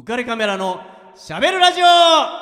浮かれカメラのしゃべるラジオ。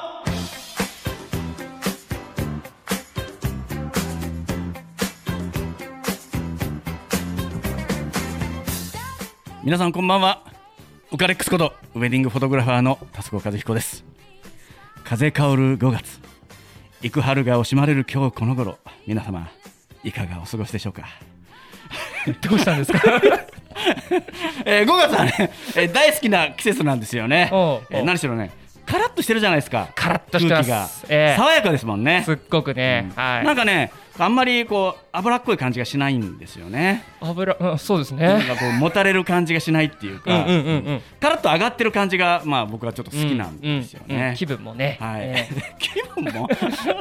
皆さんこんばんは。ウカレックスことウェディングフォトグラファーの田底和彦です。風香る5月、幾春が惜しまれる今日この頃、皆様いかがお過ごしでしょうか。 どうしたんですか。 5月はね、大好きな季節なんですよね。何しろね、カラッとしてるじゃないですか。 カラッとしてます。 空気が、爽やかですもんね。 すっごくね、はい。 なんかね、あんまりこう脂っこい感じがしないんですよね。 そうですね。 なんかこうもたれる感じがしないっていうか、カラッと上がってる感じが、まあ僕はちょっと好きなんですよね。 気分もね。 はい。気分も。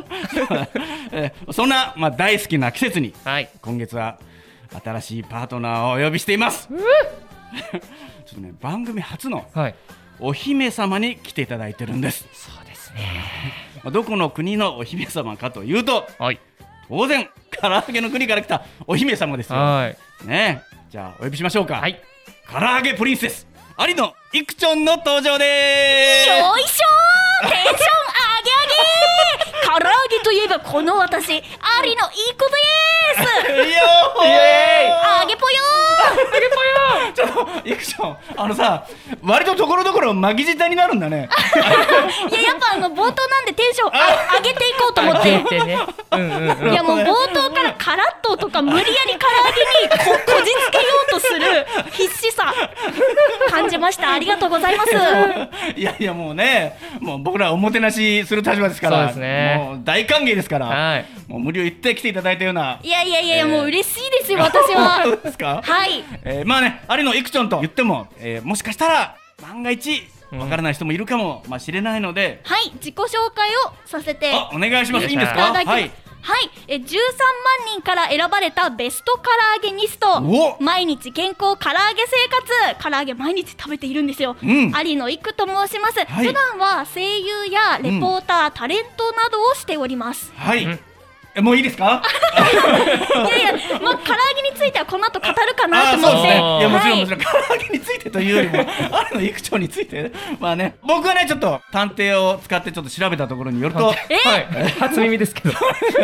そんな、まあ、大好きな季節に、今月は新しいパートナーをお呼びしています。ちょっとね、番組初のお姫様に来ていただいてるんです。 そうですね。 どこの国のお姫様かというと、当然唐揚げの国から来たお姫様ですよ。ね、じゃあお呼びしましょうか。唐揚げプリンセス有野いくちょんの登場です。 よいしょー、テンション上げ上げ。唐揚げといえばこの私、有野いくです。 いいよー、 揚げぽよー。ちょっといくちょん、さ、割とところどころ巻き舌になるんだね。 いや、やっぱ冒頭なんでテンション上げていこうと思って。いや、もう冒頭からカラッととか無理やり唐揚げにこじつけようとする必死さ感じました。ありがとうございます。 いやいや、もうね、もう僕らおもてなしする立場ですから、 そうですね、 もう大歓迎ですから、もう無理を言って来ていただいたような。 いや、もう嬉しいですよ、私は。 そうですか。 はい。 まあね、有野いくちょんと言っても、もしかしたら万が一わからない人もいるかもしれないので、 はい、自己紹介をさせてお願いします。いいんですか。 はい、13万人から選ばれたベスト唐揚げニスト、毎日健康唐揚げ生活、唐揚げ毎日食べているんですよ、有野いくと申します。普段は声優やレポーター、タレントなどをしております。 もういいですか。 いや、まあ、唐揚げについてはこの後語るかなと思って。 いや、もちろん唐揚げについてというよりも有野いくちょんについて、まあね、僕はねちょっと探偵を使ってちょっと調べたところによると、 初耳ですけど、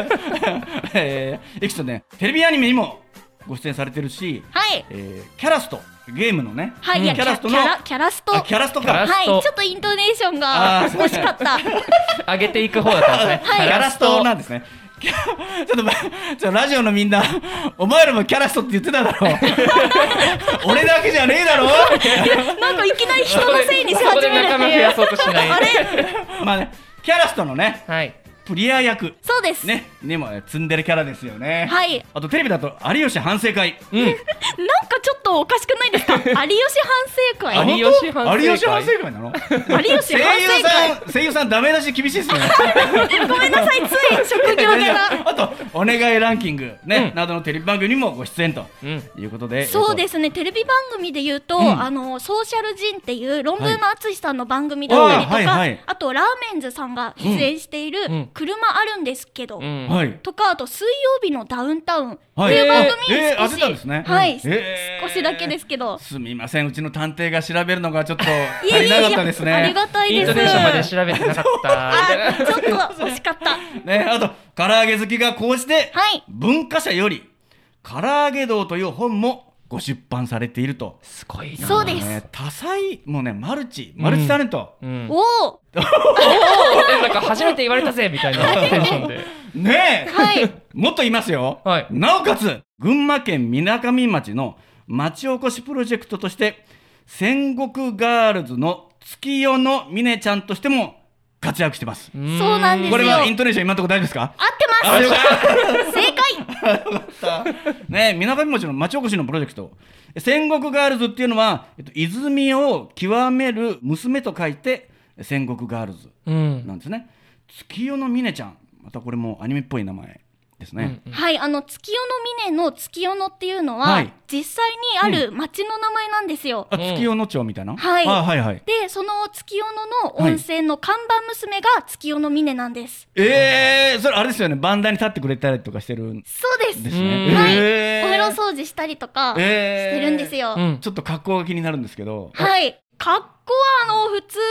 いくちょんね、テレビアニメにもご出演されてるし、キャラスト、ゲームのね、キャラストのキャラストか、 はい、ちょっとイントネーションが惜しかった。 上げていく方だったんですね。 キャラストなんですね。ちょっとラジオのみんな、お前らもキャラストって言ってただろ。俺だけじゃねえだろ。 なんかいきなり人のせいにし始めるっていう。 仲間増やそうとしない。 あれ、 まあね、キャラストのね、プリア役、 そうですね、にもツンデレキャラですよね。 あとテレビだと有吉反省会。 なんかちょっとおかしくないですか。有吉反省会。 有吉反省会なの。 有吉反省会。 声優さんダメ出し厳しいですね。 ごめんなさい、つい職業柄。 あとお願いランキングね、などのテレビ番組にもご出演ということで。 そうですね、テレビ番組で言うと、ソーシャルジンっていう論文の淳さんの番組だったりとか、あとラーメンズさんが出演している車あるんですけどとか、あと水曜日のダウンタウンっていう番組に少し、少しだけですけど。 すみません、うちの探偵が調べるのがちょっと足りなかったですね。 ありがたいです。 イントネーションまで調べてなかった。 ちょっと惜しかったね。あと唐揚げ好きがこうして文化社より唐揚げ道という本もご出版されていると。 すごいな。 そうです。 多彩、もうね、マルチタレント。 おなんか初めて言われたぜみたいなテンションで。 ねえ。もっと言いますよ。なおかつ群馬県みなかみ町の町おこしプロジェクトとして戦国ガールズの月夜のみねちゃんとしても活躍してます。 そうなんですよ。 これはイントネーション今のところ大丈夫ですか。 合ってます。正解。ね、みなかみ町の町おこしのプロジェクト、戦国ガールズっていうのは、泉を極める娘と書いて戦国ガールズなんですね。月夜のみねちゃん、またこれもアニメっぽい名前ですね。 はい、月夜の峰の月夜野っていうのは、実際にある町の名前なんですよ。 月夜野町みたいな。 で、その月夜野の温泉の看板娘が月夜の峰なんです。 それあれですよね、バンダに立ってくれたりとかしてる。 そうです。 はい、 お風呂掃除したりとかしてるんですよ。 ちょっと格好が気になるんですけど。 はい。格好は普通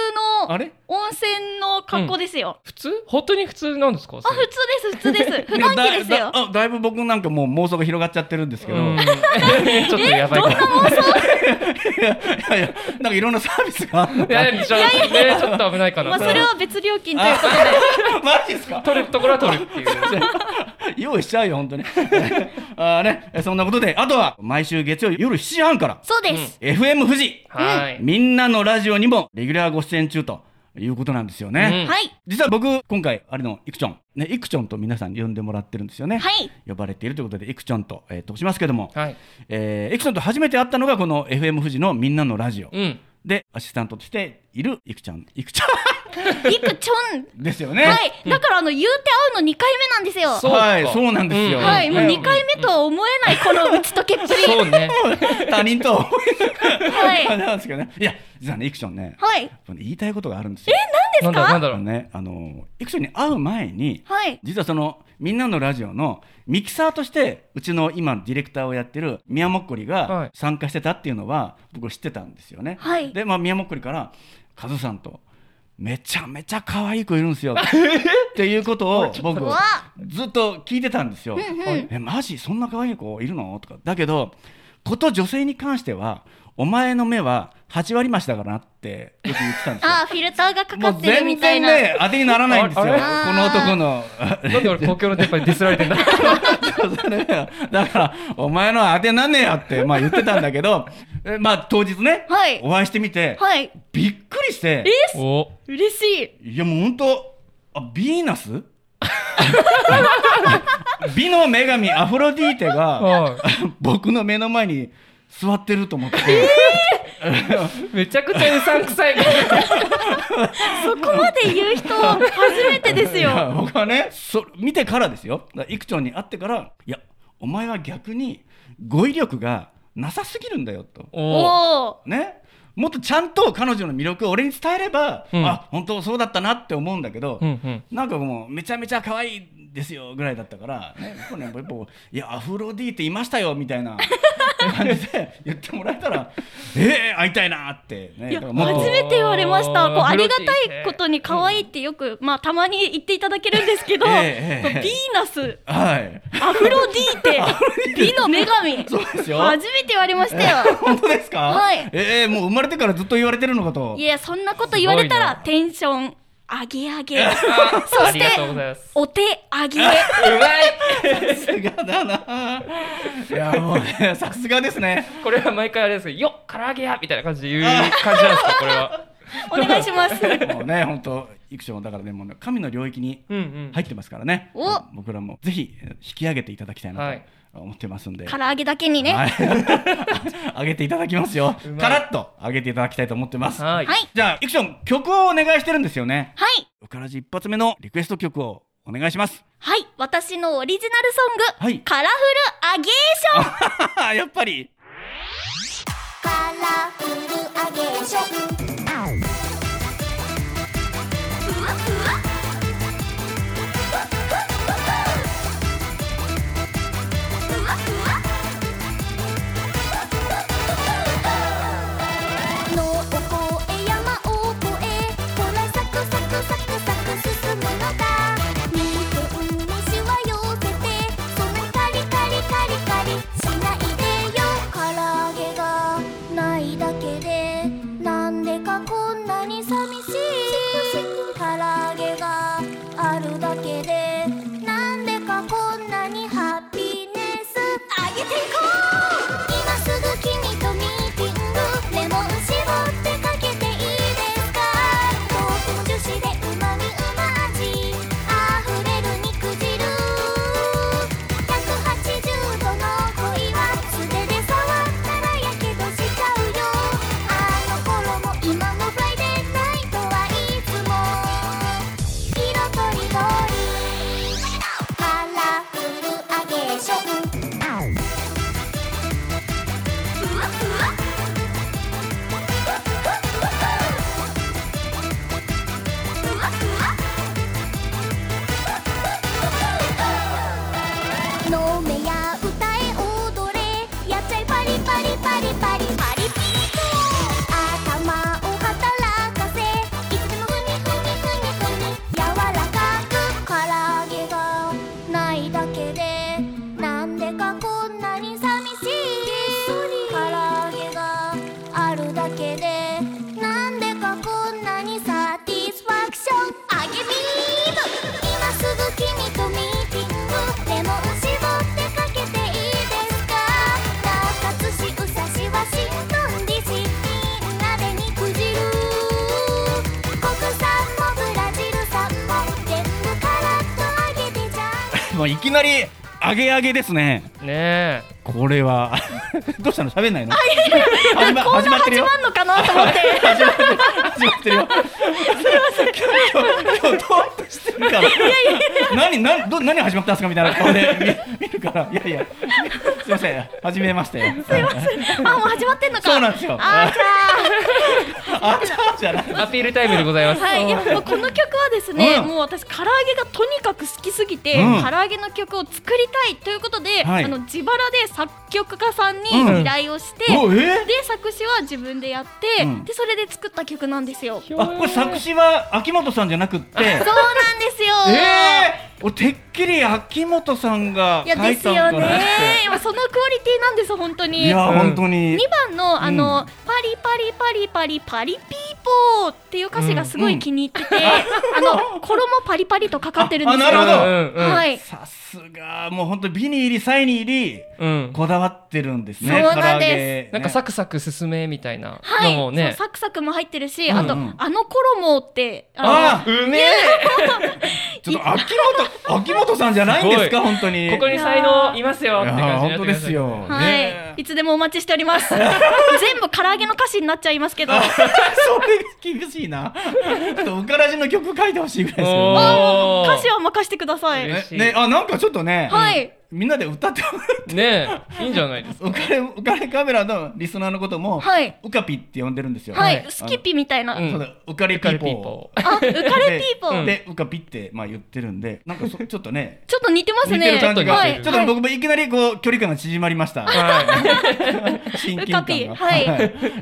温泉の格好ですよ。 普通？本当に普通なんですか？ 普通です。普段着ですよ。 だいぶ僕なんかもう妄想が広がっちゃってるんですけど。ちょっとやばいかも。 どんな妄想？ いやなんかいろんなサービスがあるのか。 いやちょっと危ないかな。 それは別料金ということで。 マジですか？ 取るところは取るっていう。 用意しちゃうよ本当に。そんなことで、あとは毎週月曜夜7時半から。 そうです。 FM 富士。 はい。 みんなのラジオにもレギュラーご出演中ということなんですよね。 はい。 実は僕今回あれのイクチョンね、イクチョンと皆さん呼んでもらってるんですよね。 はい。 呼ばれているということでイクチョンととしますけども、 はい。 イクチョンと初めて会ったのがこの FM 富士のみんなのラジオ。でアシスタントとしているイクチョンイクチョンですよね。 はい。だから言うて会うの2回目なんですよ。 はい、そうなんですよ。 はい、もう2回目とは思えないこの打ち解けっぷり。 そうね。 他人とはい。 なんですけどね。いや実はねイクチョンね。 はい。 言いたいことがあるんですよ。 何ですか？ なんだろうね、イクチョンに会う前に、 はい。 実はそのみんなのラジオのミキサーとしてうちの今ディレクターをやってる宮もっこりが参加してたっていうのは僕知ってたんですよね。 はい。 で宮もっこりからカズさんとめちゃめちゃ可愛い子いるんですよっていうことを僕ずっと聞いてたんですよ。マジそんな可愛い子いるのとか。だけどこと女性に関してはお前の目は8割増しだからなってよく言ってたんですよ。 フィルターがかかってるみたいな。 もう全然ね当てにならないんですよこの男の。 なんで俺公共の電波にディスられてんだ。 だからお前のは当てになんねえよって言ってたんだけど当日ね、 はい、 お会いしてみて、 はい、 びっくりして。 嬉しい。 いやもう本当ヴィーナス美の女神アフロディーテが僕の目の前に座ってると思って、 めちゃくちゃうさんくさい。 そこまで言う人初めてですよ。 僕はね見てからですよ。イクチョンに会ってから、いやお前は逆に語彙力がなさすぎるんだよと。ね、もっとちゃんと彼女の魅力を俺に伝えれば、本当そうだったなって思うんだけど、なんかもうめちゃめちゃ可愛いですよぐらいだったから、ね、いやアフロディーテいましたよみたいな感じで言ってもらえたら会いたいなって、ね、 初めて言われました。ありがたいことに可愛いってよく、たまに言っていただけるんですけど、ヴィーナス、アフロディーテ、美の女神、 そうですよ、 初めて言われましたよ。 本当ですか？ はい。 もう生まれてからずっと言われてるのかと。 いやそんなこと言われたらテンション上げ上げ。そしてお手上げ。うまい。さすがだな。いやもうね、さすがですね。 これは毎回あれですけど、よっ唐揚げやみたいな感じで言う感じなんですかこれは。 お願いします。 もうね本当イクチョンだからね、もう神の領域に入ってますからね。僕らもぜひ引き上げていただきたいなと思ってますんで。 唐揚げだけにね。 上げていただきますよ。カラッと上げていただきたいと思ってます。 はい。 じゃあイクチョン曲をお願いしてるんですよね。 はい。 ウカラジ一発目のリクエスト曲をお願いします。 はい。私のオリジナルソング、カラフルアゲーション。 やっぱり。 カラフルアゲーション。今もフライデーナイトはもういきなり揚げ揚げですね。 ねえ。 これはどうしたの、喋んないの？ 始まってるよ。始まんのかなと思って。 始まってるよ。今日とっとしてるから。何始まったんですかみたいな顔で見るから、いやすいません、始めましたよ。 すいません。もう始まってんのか。 そうなんですよ。 あちゃーじゃない。 アピールタイムでございます。 はい、いやもうこの曲はですね、もう私唐揚げがとにかく好きすぎて、唐揚げの曲を作りたいということで、自腹で作曲家さんに依頼をして、で作詞は自分でやって、でそれで作った曲なんですよ。 これ作詞は秋元さんじゃなくって。そうなんですよ。 てっきり秋元さんが書いたのかなって。 ですよね。そのクオリティなんです本当に。 いや本当に。2 番のパリパリパリパリパリピーポーっていう歌詞がすごい気に入ってて、衣パリパリとかかってるんですよ。 なるほど。 はい。 さすがもう本当ビに入りサイに入りこだわってるんですね。 そうなんです。 なんかサクサク進めみたいなのもね。 サクサクも入ってるし、あと衣ってうめえ。 ちょっと秋元さんじゃないんですか本当に。 ここに才能いますよって感じになって本当ですよ。 はい。いつでもお待ちしております。全部唐揚げの歌詞になっちゃいますけど。 それ厳しいな。ちょっとウカラジの曲書いてほしいぐらいですよ。 歌詞は任せてください。 ね、なんかちょっとね。はい。みんなで歌ってもらってねえ、いいんじゃないですか。 ウカレカメラのリスナーのこともウカピって呼んでるんですよ。 はい、スキピみたいな。 ウカレピーポー。 ウカレピーポーでウカピって言ってるんで、なんかちょっとね、 ちょっと似てますね。 似てる感じが。ちょっと僕もいきなりこう距離感が縮まりました。親近感が。はい。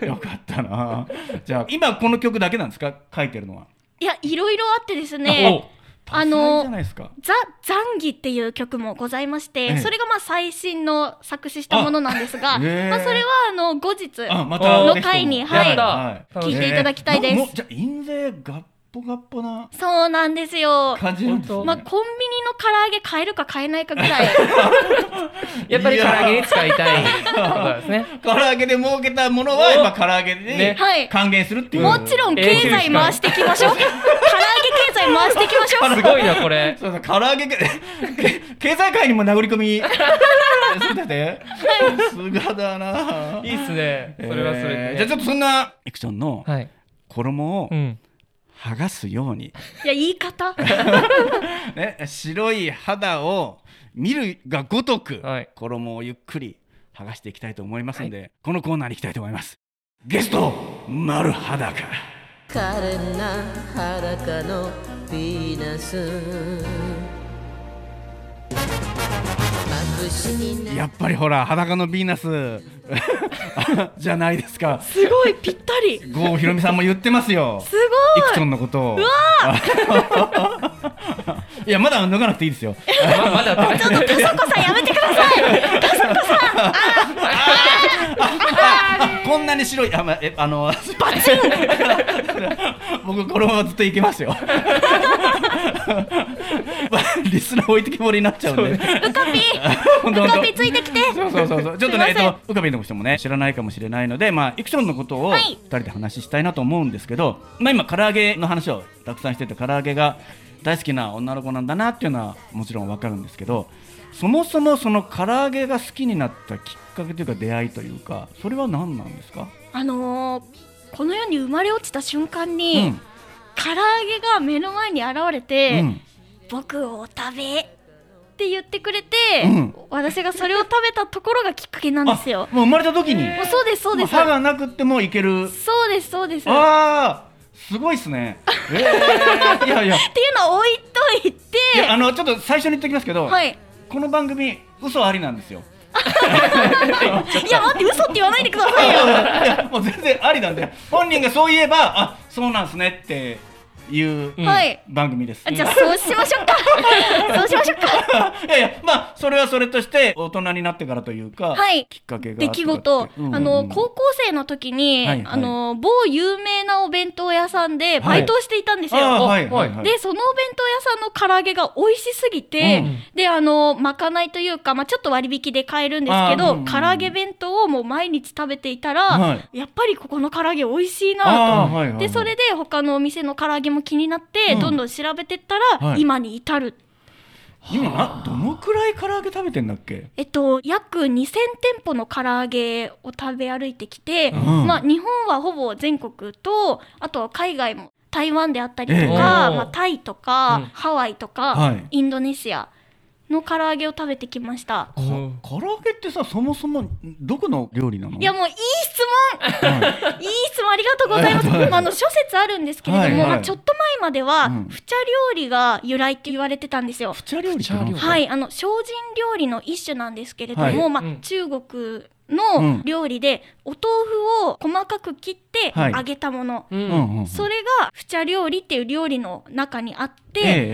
よかったな。じゃあ今この曲だけなんですか、書いてるのは。 いや、いろいろあってですね。ザ・ザンギっていう曲もございまして、それが最新の作詞したものなんですが、それは後日の回に聞いていただきたいです。 じゃあ印税ガッポガッポな。 そうなんですよ。 感じなんですね。 コンビニの唐揚げ買えるか買えないかぐらい。 やっぱり唐揚げに使いたいことですね。 唐揚げで儲けたものはやっぱ唐揚げで還元するっていう。 もちろん経済回していきましょう。唐揚げ経済回していきましょう。 すごいなこれ。 そう唐揚げ経済界にも殴り込みしてて。さすがだな。 いいっすね。それはそれで。 じゃあちょっとそんなエクションの衣を剥がすように。 いや言い方。 ね、白い肌を見るがごとく衣をゆっくり剥がしていきたいと思いますので、このコーナーに行きたいと思います。ゲスト丸裸。 可憐な裸のヴィーナス。 やっぱりほら裸のヴィーナスじゃないですか。 すごいぴったり。 郷ひろみさんも言ってますよ。 すごい。 イクトンのことを。うわいやまだ脱がなくていいですよ。 まだちょっとカソコさんやめてください。カソコさん。こんなに白いバチン。僕このままずっといけますよ。リスナー置いてきぼりになっちゃうんで。 ウカピついてきて。 そうちょっとねウカピの人もね知らないかもしれないので、イクションのことを2人で話したいなと思うんですけど、今唐揚げの話をたくさんしてて、唐揚げが大好きな女の子なんだなっていうのはもちろん分かるんですけど、そもそもその唐揚げが好きになったきっかけというか出会いというか、それは何なんですか？ この世に生まれ落ちた瞬間に、唐揚げが目の前に現れて、僕を食べって言ってくれて、私がそれを食べたところがきっかけなんですよ。 もう生まれた時に。 もうそうですそうです。 歯がなくってもいける。 そうですそうです。 すごいっすね。いやいや。 っていうのを置いといて。 いやちょっと最初に言っておきますけど、この番組嘘ありなんですよ。 いや待って嘘って言わないでくださいよ。 いやもう全然ありなんで、本人がそう言えばそうなんすねっていう番組です。 じゃあそうしましょうか。そうしましょうか。 いやそれはそれとして大人になってからというか、きっかけが出来事、高校生の時に某有名なお弁当屋さんでバイトをしていたんですよ。でそのお弁当屋さんの唐揚げが美味しすぎて、でまかないというかちょっと割引で買えるんですけど、唐揚げ弁当をもう毎日食べていたら、やっぱりここの唐揚げ美味しいなと。でそれで他のお店の唐揚げも気になってどんどん調べてったら今に至る。 今どのくらい唐揚げ食べてんだっけ？ 約2000店舗の唐揚げを食べ歩いてきて、日本はほぼ全国と、あと海外も台湾であったりとか、タイとか、ハワイとか、インドネシアの唐揚げを食べてきました。 唐揚げってさ、そもそもどこの料理なの？ いや、もういい質問いい質問ありがとうございます。諸説あるんですけれども、ちょっと前まではフチャ料理が由来って言われてたんですよ。 フチャ料理って何ですか？ はい、精進料理の一種なんですけれども、中国の料理でお豆腐を細かく切って揚げたもの、それがフチャ料理っていう料理の中にあって、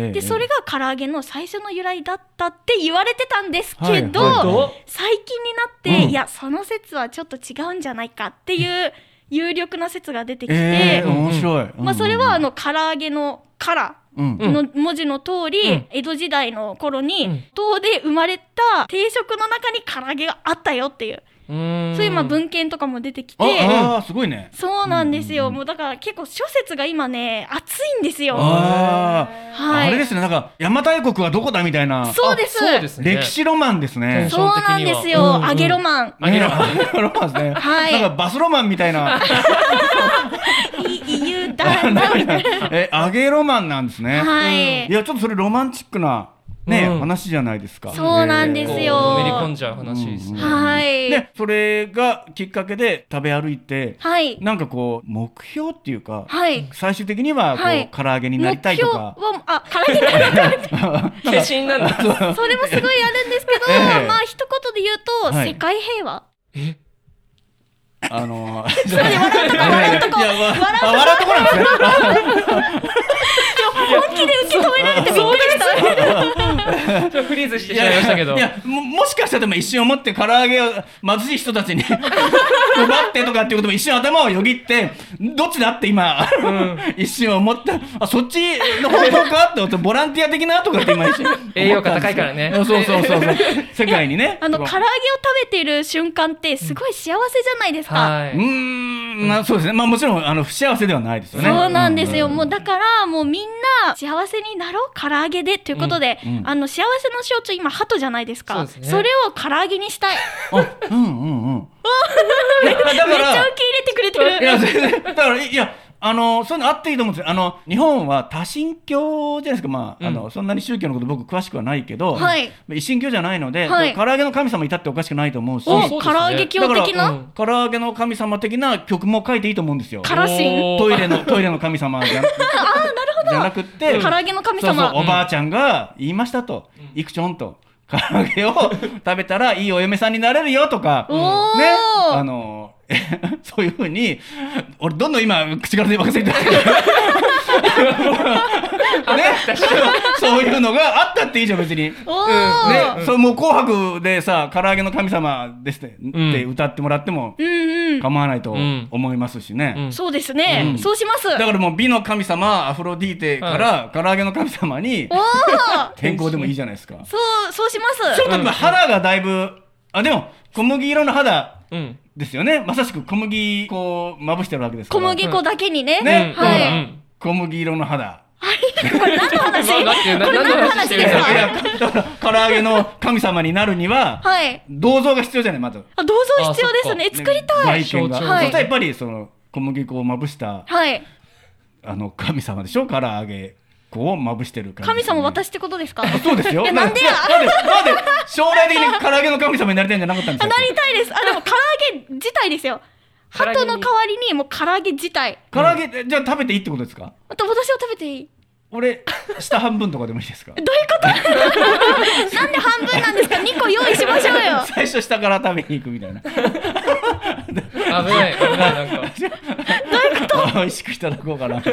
でそれが唐揚げの最初の由来だったって言われてたんですけど、最近になって、いやその説はちょっと違うんじゃないかっていう有力な説が出てきて、 面白い。 それは唐揚げの唐の文字の通り、江戸時代の頃に唐で生まれた定食の中に唐揚げがあったよっていう、そういう文献とかも出てきて、 すごいね。 そうなんですよ。もうだから結構諸説が今ね熱いんですよ。 あれですね、なんか邪馬台国はどこだみたいな。 そうです。 歴史ロマンですね。 そうなんですよ。揚げロマン。 揚げロマンですね。なんかバスロマンみたいな。 言うだなみたいな。揚げロマンなんですね。いやちょっとそれロマンチックな話じゃないですか。 そうなんですよ。 のめり込んじゃう話ですね。 でそれがきっかけで食べ歩いて、なんかこう目標っていうか、最終的にはこう唐揚げになりたいとか。 唐揚げになりたい。 化身なんだ。 それもすごいあるんですけど、一言で言うと世界平和。 笑うとこなんですね。 本気で受け止められてびっくりした。 ちょっとフリーズしてしまいましたけど。 もしかしたら一瞬思って唐揚げを貧しい人たちに配ってとかっていうことも一瞬頭をよぎって、どっちだって今一瞬思った。そっちの方向かって思って、ボランティア的なとかって今一瞬。 栄養価高いからね。 そう世界にね。 唐揚げを食べている瞬間ってすごい幸せじゃないですか。 そうですね。もちろん不幸せではないですよね。 そうなんですよ。もうだからもうみんな幸せになろう唐揚げでということで、幸せの象徴今鳩じゃないですか。それを唐揚げにしたい。めっちゃ受け入れてくれてる。 だからそういうのあっていいと思うんですよ。日本は多神教じゃないですか。そんなに宗教のこと僕詳しくはないけど、一神教じゃないので、唐揚げの神様いたっておかしくないと思うし、 唐揚げ教的な、 唐揚げの神様的な曲も書いていいと思うんですよ。 唐神トイレの神様じゃなくって、 唐揚げの神様、 おばあちゃんが言いましたと、いくちょんと唐揚げを食べたらいいお嫁さんになれるよとかね、そういう風に、俺どんどん今口から出ませんけどそういうのがあったっていいじゃん別に。もう紅白でさ、唐揚げの神様ですって歌ってもらっても構わないと思いますしね。 そうですね。そうします。 だからもう美の神様アフロディーテから唐揚げの神様に変更でもいいじゃないですか。 そうします。 ちょっと肌がだいぶでも小麦色の肌ですよね。まさしく小麦粉をまぶしてるわけですから。 小麦粉だけにね。 小麦色の肌。 これ何の話？これ何の話ですか？ 唐揚げの神様になるには銅像が必要じゃないまず。 銅像必要ですね。作りたい。 外見が。そしたらやっぱりその小麦粉をまぶした神様でしょ。唐揚げ粉をまぶしてる神様私ってことですか？ そうですよ。 なんでや。 将来的に唐揚げの神様になりたいんじゃなかったんですか？ なりたいです。でも唐揚げ自体ですよ。鳩の代わりにもう唐揚げ自体。 唐揚げじゃあ食べていいってことですか？ 私は食べていい。 俺下半分とかでもいいですか？ どういうこと？なんで半分なんですか？2個用意しましょうよ。 最初下から食べに行くみたいな。危ないなんか。どういうこと？美味しくいただこうかな。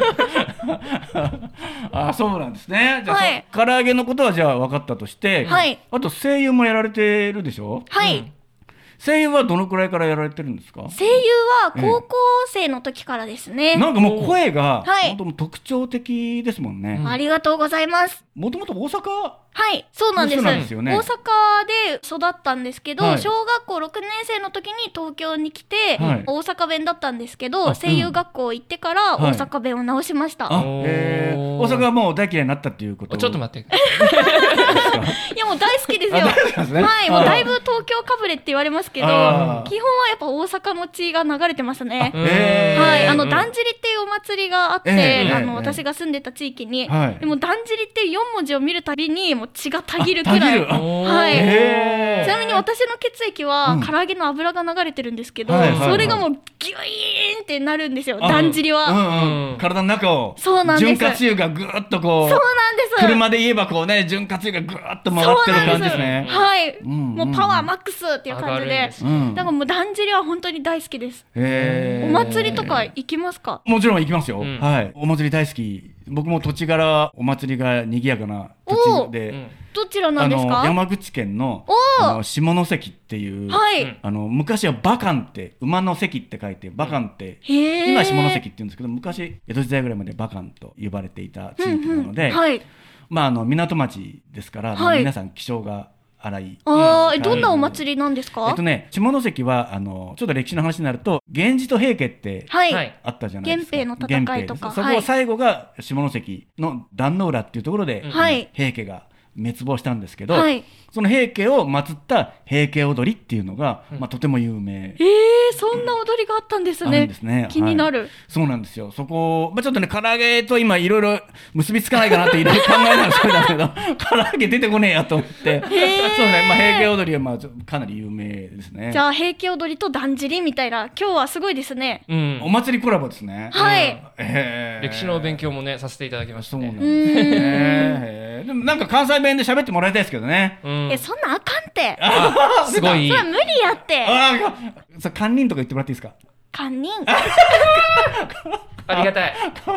そうなんですね。じゃあ唐揚げのことはじゃあ分かったとして、あと声優もやられてるでしょ？ はい。 声優はどのくらいからやられてるんですか？ 声優は高校生の時からですね。 なんかもう声が本当特徴的ですもんね。 ありがとうございます。 もともと大阪はい、そうなんです。 そうなんですよね。 大阪で育ったんですけど、小学校6年生の時に東京に来て、大阪弁だったんですけど、声優学校行ってから大阪弁を直しました。 大阪はもう大嫌いになったっていうこと？ ちょっと待って。 いやもう大好きですよ。はい、もうだいぶ東京かぶれって言われますけど、基本はやっぱ大阪の血が流れてますね。はい、だんじりっていうお祭りがあって、私が住んでた地域に、でもだんじりっていう4文字を見るたびにもう血がたぎるくらい。はい。ちなみに私の血液は唐揚げの油が流れてるんですけど、それがもうギュイーンってなるんですよ。だんじりは。 体の中を潤滑油がぐーっとこう。 そうなんです。 車で言えばこうね、潤滑油がぐーっと回ってる感じですね。 はい。もうパワーマックスっていう感じで、だからもうだんじりは本当に大好きです。お祭りとか行きますか？ もちろん行きますよ。はい。お祭り大好き。僕も土地柄お祭りが賑やかな土地で、 どちらなんですか？ 山口県の下関っていう、昔は馬関って馬の関って書いて馬関って、今下関って言うんですけど、昔江戸時代ぐらいまで馬関と呼ばれていた地域なので、港町ですから、皆さん気性が荒い。 どんなお祭りなんですか？ 下関はちょっと歴史の話になると、源氏と平家ってあったじゃないですか。 源平の戦いとか。 そこ最後が下関の壇ノ浦っていうところで平家が滅亡したんですけど、その平家を祀った平家踊りっていうのが、とても有名。 そんな踊りがあったんですね。気になる。 そうなんですよ。そこ、ちょっとね、唐揚げと今いろいろ結びつかないかなっていろいろ考えたんですけど、唐揚げ出てこねえやと思って。そうね、平家踊りはかなり有名ですね。 じゃあ平家踊りとだんじりみたいな、今日はすごいですね。 お祭りコラボですね。 はい。 歴史の勉強もね、させていただきましたね。 そうなんですね。でもなんか関西弁で喋ってもらいたいですけどね。 そんなあかんって。 すごい。 それは無理やって。 堪忍とか言ってもらっていいですか？ 堪忍。 ありがたい。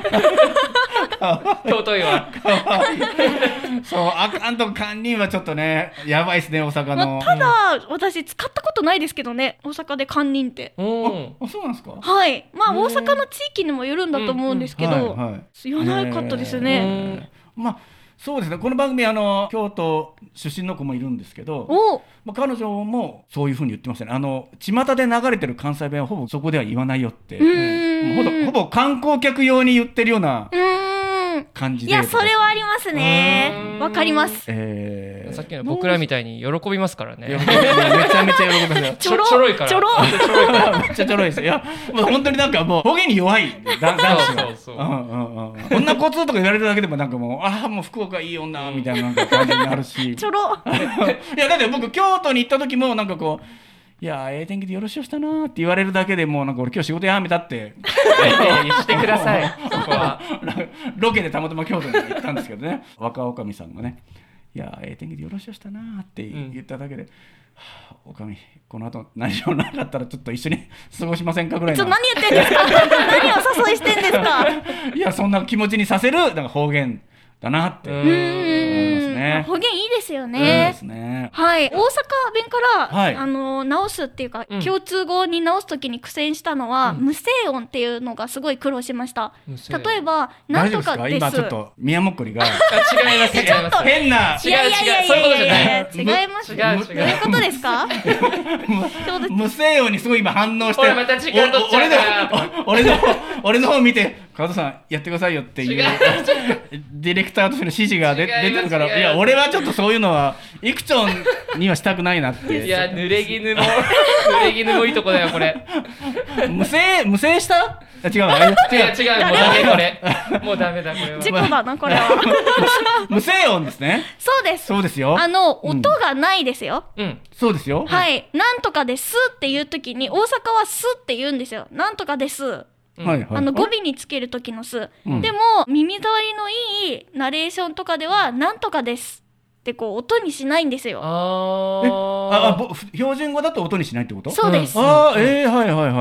尊いわ。 そう、あかんと堪忍はちょっとね、やばいですね、大阪の。 ただ、私使ったことないですけどね、大阪で堪忍って。 そうなんですか？ はい。大阪の地域にもよるんだと思うんですけど、言わなかったですね。 そうですね、この番組京都出身の子もいるんですけど、彼女もそういうふうに言ってましたね。巷で流れてる関西弁はほぼそこでは言わないよって、ほぼ観光客用に言ってるような感じで。 いや、それはありますね。わかります。 さっきの僕らみたいに喜びますからね。 めちゃめちゃ喜びますよ。 ちょろいから。 めっちゃちょろいです。いや、もう本当になんかもう方言に弱い男子が。こんなコツとか言われるだけでもなんかもう、もう福岡いい女みたいな感じになるし。 ちょろ。 いや、だって僕京都に行った時もなんかこう、いや天気でよろしゅうしたなって言われるだけでもうなんか俺今日仕事やめたってしてください。そこはロケでたまたま京都に行ったんですけどね、若女将さんがね、いや天気でよろしゅうしたなって言っただけで、おかみこの後何しろなかったらちょっと一緒に過ごしませんかぐらいの。 何言ってんですか？何を誘いしてんですか？ いや、そんな気持ちにさせるなんか方言だなって思いますね。 方言いいですよね。はい。大阪弁から直すっていうか、共通語に直すときに苦戦したのは無声音っていうのがすごい苦労しました。例えばなんとかです。 今ちょっと宮もっこりが違います。 変な。 違うそういうことじゃない。 違います。どういうことですか？ 無声音にすごい今反応して。 俺また時間取っちゃうから俺の方見て川田さんやってくださいよっていうディレクターとしての指示が出てるから、いや俺はちょっとそういうのはいくちょんにはしたくないなって。 いや濡れ衣もいいとこだよこれ。 無声した？違うもうダメこれ。もうダメだこれは。 事故だなこれは。 無声音ですね。 そうです。 そうですよ。 音がないですよ。 そうですよ。 はい。なんとかですっていうときに大阪はすって言うんですよ。なんとかです。語尾につける時のす、でも耳障りのいいナレーションとかではなんとかですってこう音にしないんですよ。 標準語だと音にしないってこと？ そうです。 はいはいはい。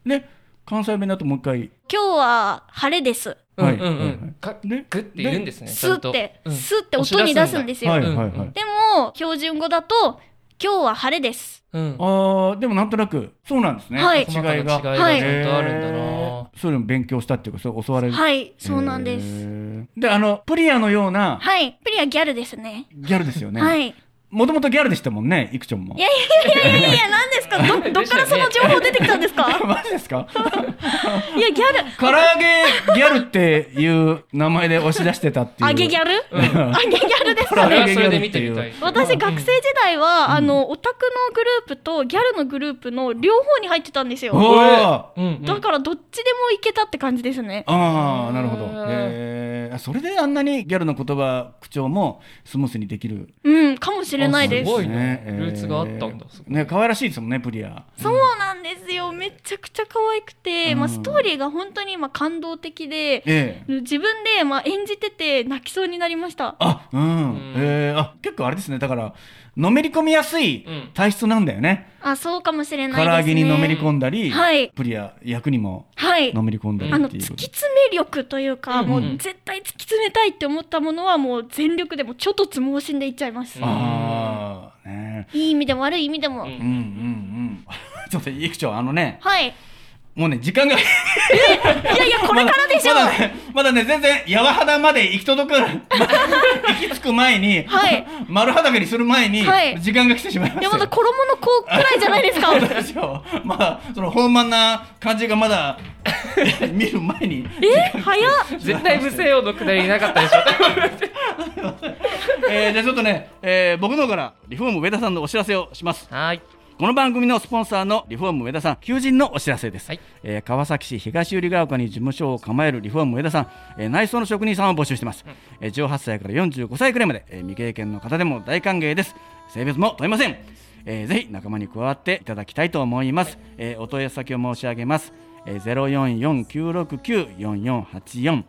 で関西弁だともう一回、 今日は晴れです。 グって言うんですね。 すって音に出すんですよ。でも標準語だと今日は晴れです。 でもなんとなくそうなんですね。違いがちゃんとあるんだな。 そういうの勉強したっていうか、そう教われる。 はい、そうなんです。 でプリアのような、 はい、プリアギャルですね。 ギャルですよね。 はい。 もともとギャルでしたもんね、いくちょんも。 いや何ですか。どっからその情報出てきたんですか。 マジですか。 いやギャル。 唐揚げギャルっていう名前で押し出してたっていう。 揚げギャル？揚げギャルですかね。 それで見てみたい。 私学生時代はオタクのグループとギャルのグループの両方に入ってたんですよ。だからどっちでもいけたって感じですね。 ああ、なるほど。それであんなにギャルの言葉口調もスムースにできる。 かもしれないです。 すごいね。ルーツがあったんだ。 ね、可愛らしいですもんね、プリア。 そうなんですよ。めちゃくちゃ可愛くて、ストーリーが本当に感動的で、自分で演じてて泣きそうになりました。 結構あれですね。だからのめり込みやすい体質なんだよね。 そうかもしれないですね。 唐揚げにのめり込んだり、プリア役にものめり込んだりっていう。 突き詰め力というか、もう絶対突き詰めたいって思ったものはもう全力でもちょっとつ猛進でいっちゃいます。いい意味でも悪い意味でも。 ちょっといくちょはい。もうね、時間がいやこれからでしょ。 まだね全然柔肌まで行き届く行き着く前に、丸裸にする前に時間が来てしまいました。 いやまだ衣の子くらいじゃないですか。 そうですよ。まだその豊満な感じがまだ見る前に早っ。 絶対不正用のくだりなかったでしょ。 じゃあちょっとね、僕の方からリフォーム上田さんのお知らせをします。 はい。 この番組のスポンサーのリフォーム上田さん求人のお知らせです。川崎市東百合ヶ丘に事務所を構えるリフォーム上田さん、内装の職人さんを募集しています。18歳から45歳くらいまで、未経験の方でも大歓迎です。性別も問いません。ぜひ仲間に加わっていただきたいと思います。お問い合わせ先を申し上げます。044-969-4484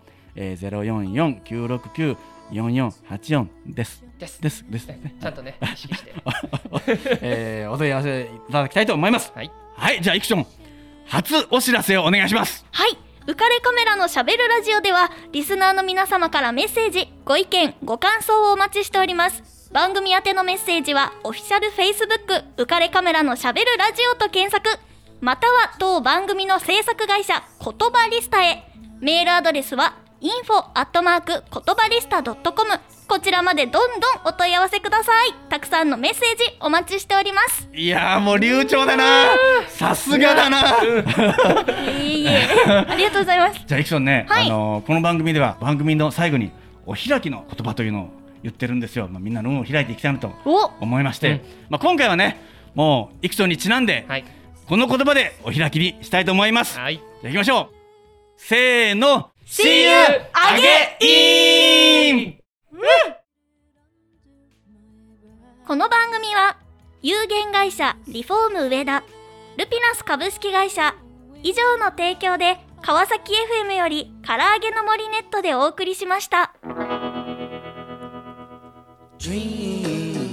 044-969-4484ですね。 ちゃんとね意識してお問い合わせいただきたいと思います。はい、じゃあいくちょん初お知らせをお願いします。 はい、浮かれカメラのしゃべるラジオではリスナーの皆様からメッセージ、ご意見、ご感想をお待ちしております。番組宛てのメッセージはオフィシャル Facebook 浮かれカメラのしゃべるラジオと検索、または当番組の制作会社言葉リスタへ。メールアドレスはinfo@言葉リスタ.com、 こちらまでどんどんお問い合わせください。たくさんのメッセージお待ちしております。 いやーもう流暢だな、さすがだな。 ありがとうございます。 じゃあいくちょんね、この番組では番組の最後にお開きの言葉というのを言ってるんですよ。みんなの運を開いていきたいなと思いまして、今回はねもういくちょんにちなんで、この言葉でお開きにしたいと思います。じゃあ行きましょう。せーの、 See you again。この番組は有限会社リフォーム上田、ルピナス株式会社以上の提供で川崎 FM より唐揚げの森ネットでお送りしました。 Dream